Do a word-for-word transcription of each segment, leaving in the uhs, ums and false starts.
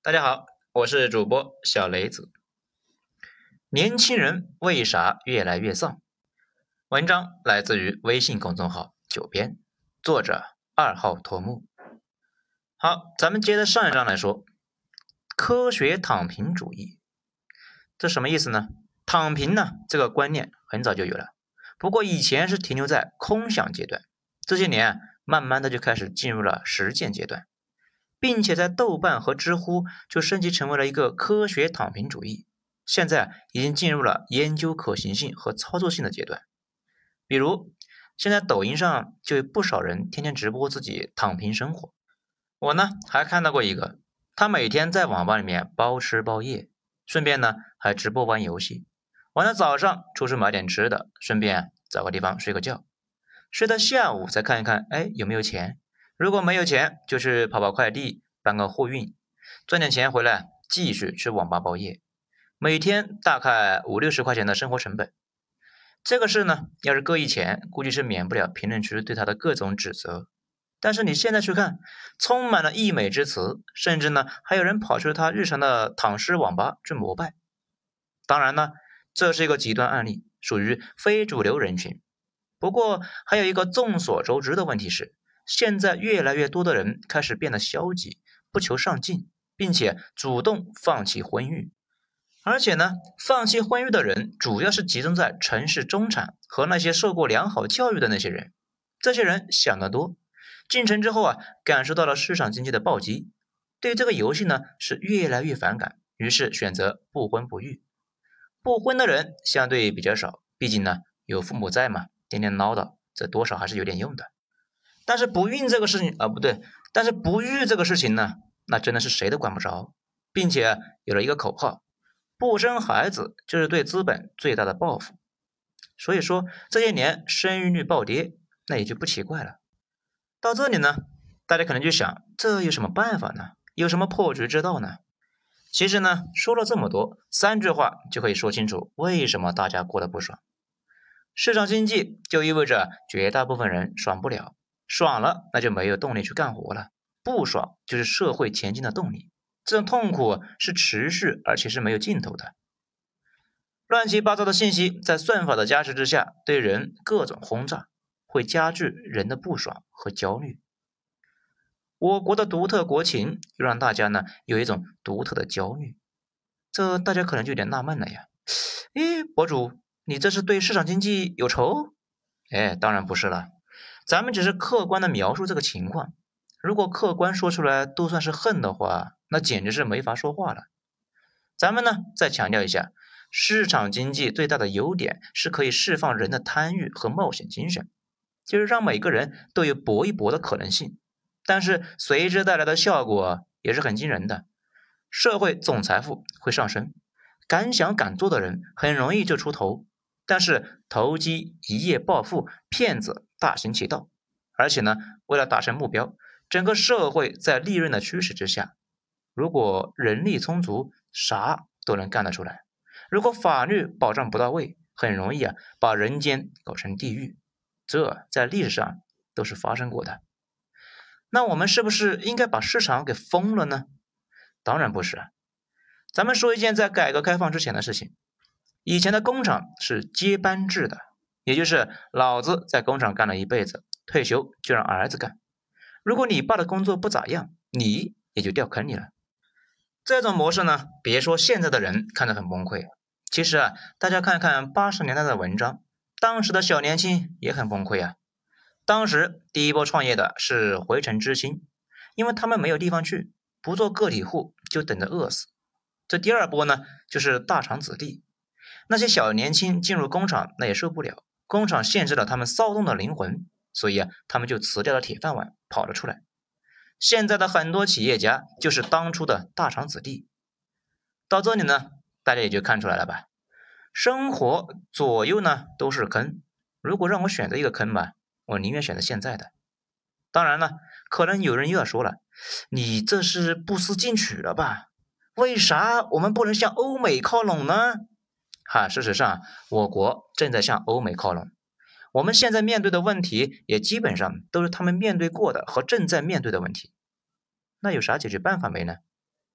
大家好，我是主播小雷子。年轻人为啥越来越丧？文章来自于微信公众号九编，作者二号脱木。好，咱们接着上一章来说，科学躺平主义，这什么意思呢？躺平呢，这个观念很早就有了，不过以前是停留在空想阶段，这些年慢慢的就开始进入了实践阶段。并且在豆瓣和知乎就升级成为了一个科学躺平主义，现在已经进入了研究可行性和操作性的阶段。比如现在抖音上就有不少人天天直播自己躺平生活，我呢还看到过一个，他每天在网吧里面包吃包夜，顺便呢还直播玩游戏，玩到早上出去买点吃的，顺便找个地方睡个觉，睡到下午再看一看，哎，有没有钱，如果没有钱，就去跑跑快递，办个货运，赚点钱回来继续去网吧包夜，每天大概五六十块钱的生活成本。这个事呢，要是搁以前，估计是免不了评论区对他的各种指责。但是你现在去看，充满了溢美之词，甚至呢，还有人跑去他日常的躺尸网吧去膜拜。当然呢，这是一个极端案例，属于非主流人群。不过还有一个众所周知的问题是，现在越来越多的人开始变得消极，不求上进，并且主动放弃婚育。而且呢，放弃婚育的人主要是集中在城市中产和那些受过良好教育的那些人。这些人想得多，进城之后啊，感受到了市场经济的暴击，对这个游戏呢是越来越反感，于是选择不婚不育。不婚的人相对比较少，毕竟呢有父母在嘛，天天唠叨，这多少还是有点用的。但是不孕这个事情啊，不对，但是不育这个事情呢，那真的是谁都管不着，并且有了一个口号，不生孩子就是对资本最大的报复。所以说这些年生育率暴跌，那也就不奇怪了。到这里呢，大家可能就想，这有什么办法呢？有什么破局之道呢？其实呢，说了这么多，三句话就可以说清楚为什么大家过得不爽。市场经济就意味着绝大部分人爽不了，爽了那就没有动力去干活了，不爽就是社会前进的动力，这种痛苦是持续而且是没有尽头的。乱七八糟的信息在算法的加持之下对人各种轰炸，会加剧人的不爽和焦虑。我国的独特国情又让大家呢有一种独特的焦虑，这大家可能就有点纳闷了呀。诶，博主，你这是对市场经济有仇？哎，当然不是了，咱们只是客观的描述这个情况。如果客观说出来都算是恨的话，那简直是没法说话了。咱们呢再强调一下，市场经济最大的优点是可以释放人的贪欲和冒险精神，就是让每个人都有搏一搏的可能性。但是随之带来的效果也是很惊人的，社会总财富会上升，敢想敢做的人很容易就出头，但是投机、一夜暴富、骗子大行其道。而且呢，为了达成目标，整个社会在利润的驱使之下，如果人力充足，啥都能干得出来。如果法律保障不到位，很容易啊把人间搞成地狱，这在历史上都是发生过的。那我们是不是应该把市场给封了呢？当然不是。咱们说一件在改革开放之前的事情，以前的工厂是接班制的，也就是老子在工厂干了一辈子，退休就让儿子干。如果你爸的工作不咋样，你也就掉坑里了。这种模式呢，别说现在的人看得很崩溃，其实啊，大家看看八十年代的文章，当时的小年轻也很崩溃啊。当时第一波创业的是回城知青，因为他们没有地方去，不做个体户就等着饿死。这第二波呢，就是大厂子弟，那些小年轻进入工厂那也受不了，工厂限制了他们骚动的灵魂，所以啊，他们就辞掉了铁饭碗，跑了出来。现在的很多企业家就是当初的大厂子弟。到这里呢，大家也就看出来了吧，生活左右呢都是坑，如果让我选择一个坑吧，我宁愿选择现在的。当然了，可能有人又要说了，你这是不思进取了吧？为啥我们不能向欧美靠拢呢？哈，事实上，我国正在向欧美靠拢。我们现在面对的问题，也基本上都是他们面对过的和正在面对的问题。那有啥解决办法没呢？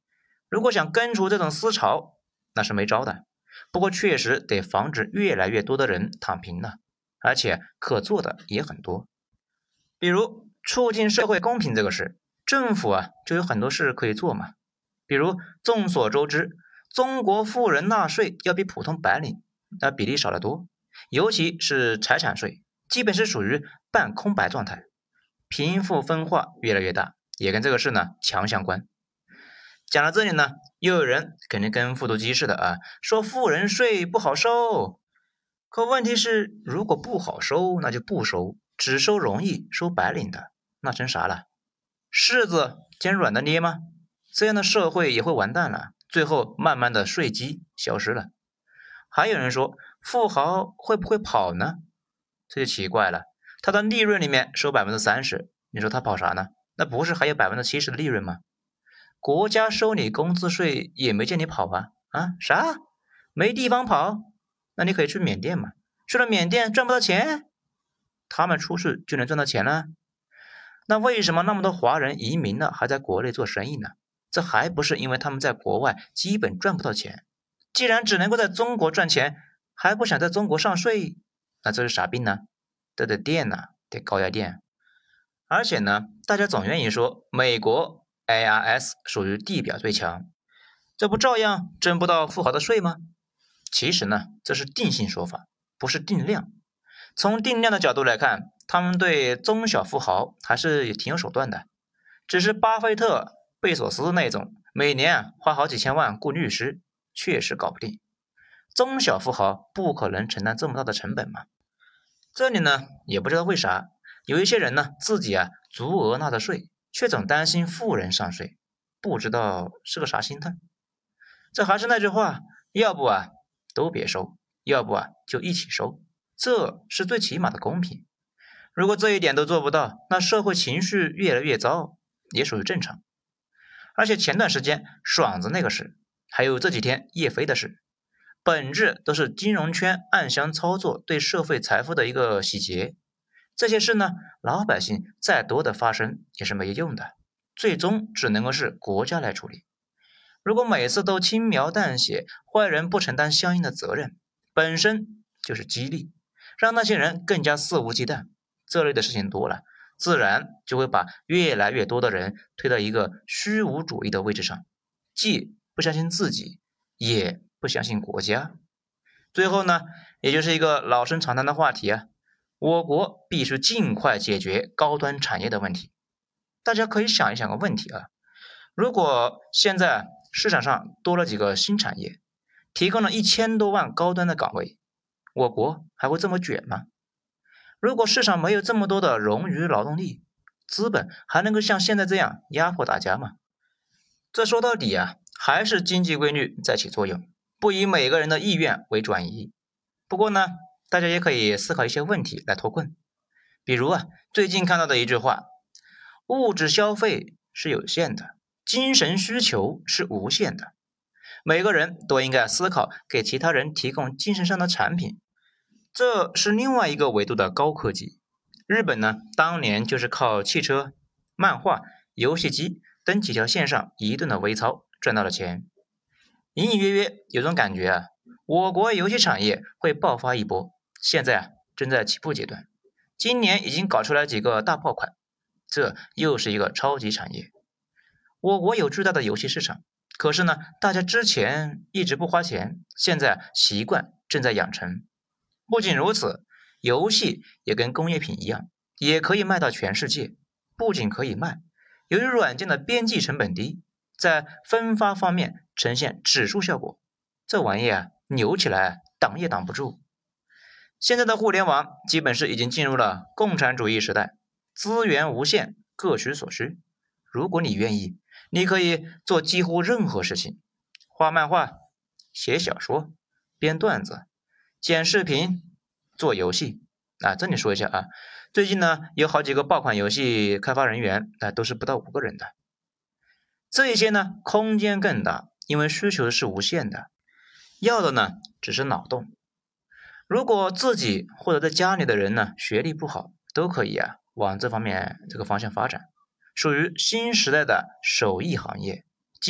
如果想根除这种思潮，那是没招的。不过确实得防止越来越多的人躺平了，而且可做的也很多。比如促进社会公平这个事，政府啊就有很多事可以做嘛。比如众所周知，中国富人纳税要比普通白领那比例少得多，尤其是财产税，基本是属于半空白状态，贫富分化越来越大，也跟这个事呢强相关。讲到这里呢，又有人肯定跟复读机似的啊，说富人税不好收。可问题是，如果不好收，那就不收，只收容易，收白领的，那成啥了？柿子捡软的捏吗？这样的社会也会完蛋了，最后慢慢的税基消失了。还有人说，富豪会不会跑呢？这就奇怪了，他的利润里面收 百分之三十， 你说他跑啥呢？那不是还有 百分之七十 的利润吗？国家收你工资税也没见你跑啊啊啥？没地方跑？那你可以去缅甸嘛，去了缅甸赚不到钱，他们出去就能赚到钱了。那为什么那么多华人移民了还在国内做生意呢？这还不是因为他们在国外基本赚不到钱，既然只能够在中国赚钱，还不想在中国上税，那这是啥病呢？这得电啊，得高压电。而且呢，大家总愿意说美国 I R S 属于地表最强，这不照样征不到富豪的税吗？其实呢，这是定性说法，不是定量。从定量的角度来看，他们对中小富豪还是也挺有手段的。只是巴菲特、贝索斯那种每年花好几千万雇律师，确实搞不定。中小富豪不可能承担这么大的成本嘛。这里呢，也不知道为啥，有一些人呢自己啊足额纳的税，却总担心富人上税，不知道是个啥心态。这还是那句话，要不啊都别收，要不啊就一起收，这是最起码的公平。如果这一点都做不到，那社会情绪越来越糟，也属于正常。而且前段时间爽子那个事，还有这几天叶飞的事，本质都是金融圈暗箱操作对社会财富的一个洗劫。这些事呢，老百姓再多的发声也是没用的，最终只能够是国家来处理。如果每次都轻描淡写，坏人不承担相应的责任，本身就是激励，让那些人更加肆无忌惮。这类的事情多了，自然就会把越来越多的人推到一个虚无主义的位置上，既不相信自己，也不相信国家。最后呢，也就是一个老生常谈的话题啊，我国必须尽快解决高端产业的问题。大家可以想一想个问题啊，如果现在市场上多了几个新产业，提供了一千多万高端的岗位，我国还会这么卷吗？如果市场没有这么多的冗余劳动力，资本还能够像现在这样压迫大家吗？这说到底啊，还是经济规律在起作用，不以每个人的意愿为转移。不过呢，大家也可以思考一些问题来脱困。比如啊，最近看到的一句话，物质消费是有限的，精神需求是无限的。每个人都应该思考给其他人提供精神上的产品，这是另外一个维度的高科技。日本呢，当年就是靠汽车、漫画、游戏机等几条线上一顿的微操赚到了钱。隐隐约约有种感觉啊，我国游戏产业会爆发一波，现在啊正在起步阶段，今年已经搞出来几个大爆款，这又是一个超级产业。我国有巨大的游戏市场，可是呢，大家之前一直不花钱，现在习惯正在养成。不仅如此，游戏也跟工业品一样，也可以卖到全世界。不仅可以卖，由于软件的边际成本低，在分发方面呈现指数效果，这玩意啊扭起来挡也挡不住。现在的互联网基本是已经进入了共产主义时代，资源无限，各取所需。如果你愿意，你可以做几乎任何事情，画漫画、写小说、编段子、剪视频、做游戏啊。这里说一下啊，最近呢有好几个爆款游戏开发人员啊，都是不到五个人的。这些呢空间更大，因为需求是无限的，要的呢只是脑洞。如果自己或者在家里的人呢学历不好，都可以啊往这方面这个方向发展，属于新时代的手艺行业，基本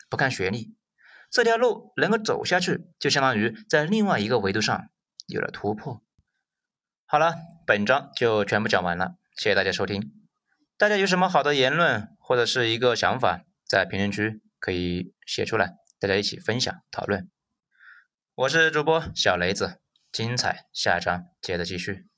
不看学历，这条路能够走下去，就相当于在另外一个维度上有了突破。好了，本章就全部讲完了，谢谢大家收听。大家有什么好的言论或者是一个想法，在评论区可以写出来，大家一起分享讨论。我是主播小雷子，精彩下章接着继续。